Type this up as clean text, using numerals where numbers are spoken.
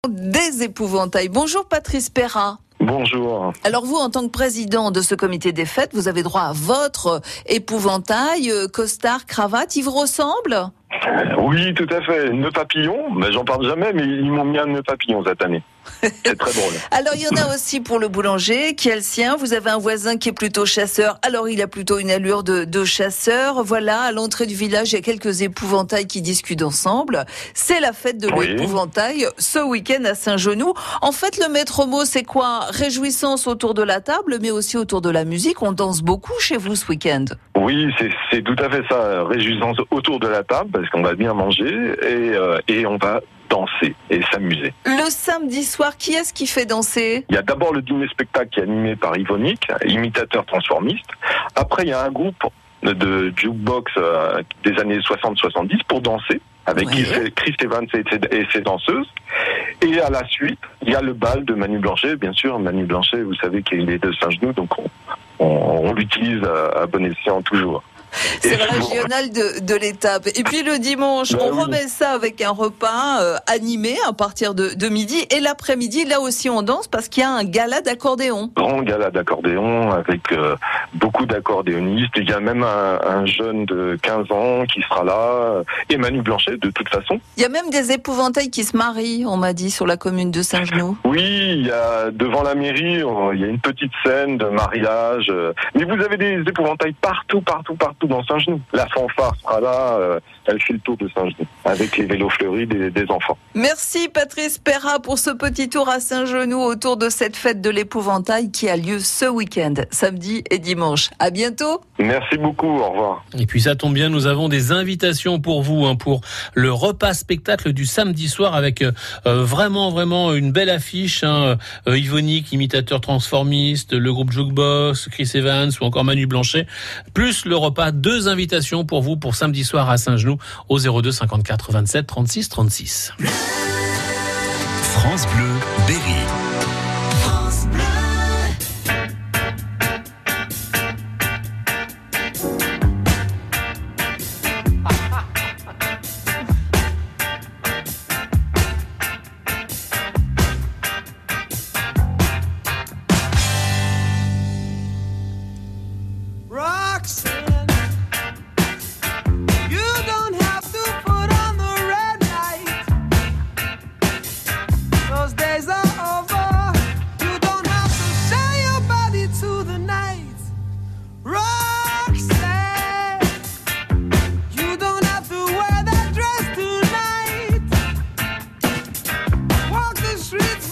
Des épouvantails. Bonjour Patrice Perra. Bonjour. Alors vous, en tant que président de ce comité des fêtes, vous avez droit à votre épouvantail, costard, cravate. Il vous ressemble ? Oui, tout à fait. Nœud papillon, mais j'en parle jamais, mais ils m'ont mis un nœud papillon cette année. C'est très drôle. Alors il y en a aussi pour le boulanger qui a le sien. Vous avez un voisin qui est plutôt chasseur. Alors il a plutôt une allure de chasseur. Voilà, à l'entrée du village, il y a quelques épouvantails qui discutent ensemble. C'est la fête de l'épouvantail ce week-end à Saint-Genoux. En fait, le maître mot, c'est quoi ? Réjouissance autour de la table, mais aussi autour de la musique. On danse beaucoup chez vous ce week-end. Oui, c'est tout à fait ça. Réjouissance autour de la table, parce qu'on va bien manger et on va danser et s'amuser. Le samedi soir, qui est-ce qui fait danser ? Il y a d'abord le dîner-spectacle qui est animé par Yvonique, imitateur transformiste. Après, il y a un groupe de jukebox des années 60-70 pour danser, avec Chris Evans et ses danseuses. Et à la suite, il y a le bal de Manu Blanchet. Bien sûr, Manu Blanchet, vous savez qu'il est de Saint-Genoux, donc on l'utilise à bon escient toujours. C'est le régional de l'étape. Et puis le dimanche, on remet ça avec un repas animé à partir de midi. Et l'après-midi, là aussi, on danse parce qu'il y a un gala d'accordéon. Grand gala d'accordéon avec beaucoup d'accordéonistes. Il y a même un jeune de 15 ans qui sera là. Et Manu Blanchet, de toute façon. Il y a même des épouvantails qui se marient, on m'a dit, sur la commune de Saint-Genoux. Oui, il y a devant la mairie, il y a une petite scène de mariage. Mais vous avez des épouvantails partout dans Saint-Genoux. La fanfare sera là, elle fait le tour de Saint-Genoux, avec les vélos fleuris des enfants. Merci Patrice Perra pour ce petit tour à Saint-Genoux autour de cette fête de l'épouvantail qui a lieu ce week-end, samedi et dimanche. À bientôt. Merci beaucoup, au revoir. Et puis ça tombe bien, nous avons des invitations pour vous, pour le repas spectacle du samedi soir avec vraiment une belle affiche. Yvonique, imitateur transformiste, le groupe Jukebox, Chris Evans ou encore Manu Blanchet, plus le repas. 2 invitations pour vous pour samedi soir à Saint-Genoux au 02 54 27 36 36. France Bleu Berry. Streets